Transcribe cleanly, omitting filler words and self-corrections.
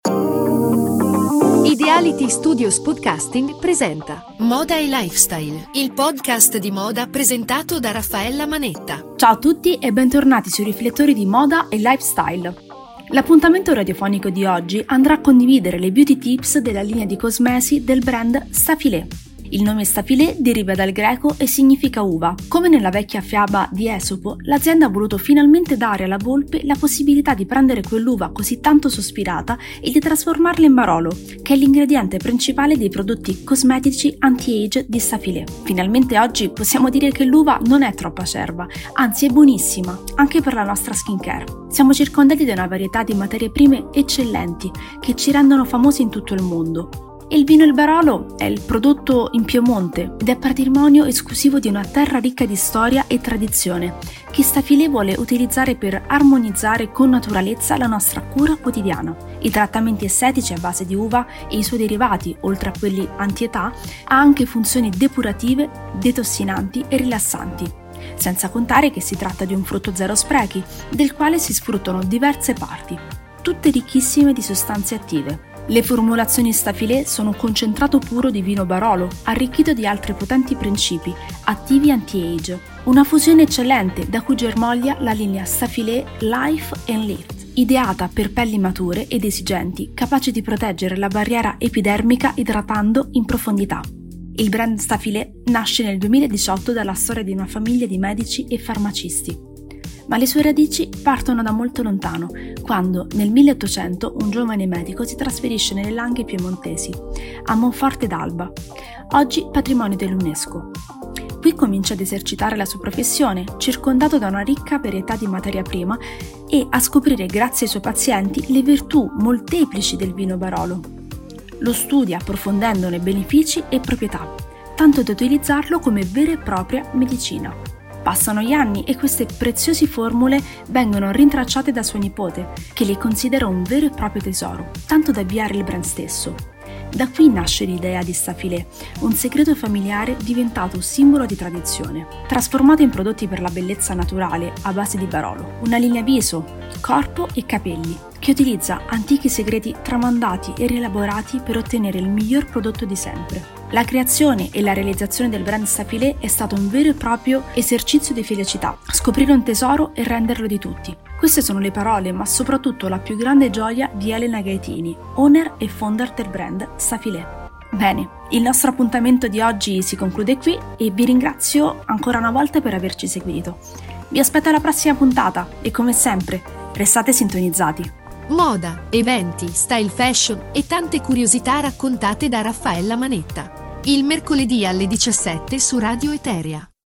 Ideality Studios Podcasting presenta Moda e Lifestyle, il podcast di moda presentato da Raffaella Manetta. Ciao a tutti e bentornati sui riflettori di moda e lifestyle. L'appuntamento radiofonico di oggi andrà a condividere le beauty tips della linea di cosmesi del brand Staphylé. Il nome Staphylé deriva dal greco e significa uva. Come nella vecchia fiaba di Esopo, l'azienda ha voluto finalmente dare alla volpe la possibilità di prendere quell'uva così tanto sospirata e di trasformarla in Barolo, che è l'ingrediente principale dei prodotti cosmetici anti-age di Staphylé. Finalmente oggi possiamo dire che l'uva non è troppo acerba, anzi è buonissima, anche per la nostra skincare. Siamo circondati da una varietà di materie prime eccellenti che ci rendono famosi in tutto il mondo. Il vino Il Barolo è il prodotto in Piemonte ed è patrimonio esclusivo di una terra ricca di storia e tradizione che Staphylé vuole utilizzare per armonizzare con naturalezza la nostra cura quotidiana. I trattamenti estetici a base di uva e i suoi derivati, oltre a quelli anti-età, ha anche funzioni depurative, detossinanti e rilassanti. Senza contare che si tratta di un frutto zero sprechi, del quale si sfruttano diverse parti, tutte ricchissime di sostanze attive. Le formulazioni Staphylé sono un concentrato puro di vino Barolo, arricchito di altri potenti principi, attivi anti-age. Una fusione eccellente da cui germoglia la linea Staphylé Life and Lift, ideata per pelli mature ed esigenti, capaci di proteggere la barriera epidermica idratando in profondità. Il brand Staphylé nasce nel 2018 dalla storia di una famiglia di medici e farmacisti. Ma le sue radici partono da molto lontano, quando nel 1800 un giovane medico si trasferisce nelle Langhe piemontesi, a Monforte d'Alba, oggi patrimonio dell'UNESCO. Qui comincia ad esercitare la sua professione, circondato da una ricca varietà di materia prima e a scoprire grazie ai suoi pazienti le virtù molteplici del vino Barolo. Lo studia approfondendone benefici e proprietà, tanto da utilizzarlo come vera e propria medicina. Passano gli anni e queste preziose formule vengono rintracciate da sua nipote, che le considera un vero e proprio tesoro, tanto da avviare il brand stesso. Da qui nasce l'idea di Staphylé, un segreto familiare diventato simbolo di tradizione, trasformato in prodotti per la bellezza naturale a base di Barolo, una linea viso, corpo e capelli, che utilizza antichi segreti tramandati e rielaborati per ottenere il miglior prodotto di sempre. La creazione e la realizzazione del brand Staphylé è stato un vero e proprio esercizio di felicità, scoprire un tesoro e renderlo di tutti. Queste sono le parole, ma soprattutto la più grande gioia di Elena Gaetini, owner e founder del brand Staphylé. Bene, il nostro appuntamento di oggi si conclude qui e vi ringrazio ancora una volta per averci seguito. Vi aspetto alla prossima puntata e come sempre, restate sintonizzati. Moda, eventi, style fashion e tante curiosità raccontate da Raffaella Manetta. Il mercoledì alle 17 su Radio Eteria.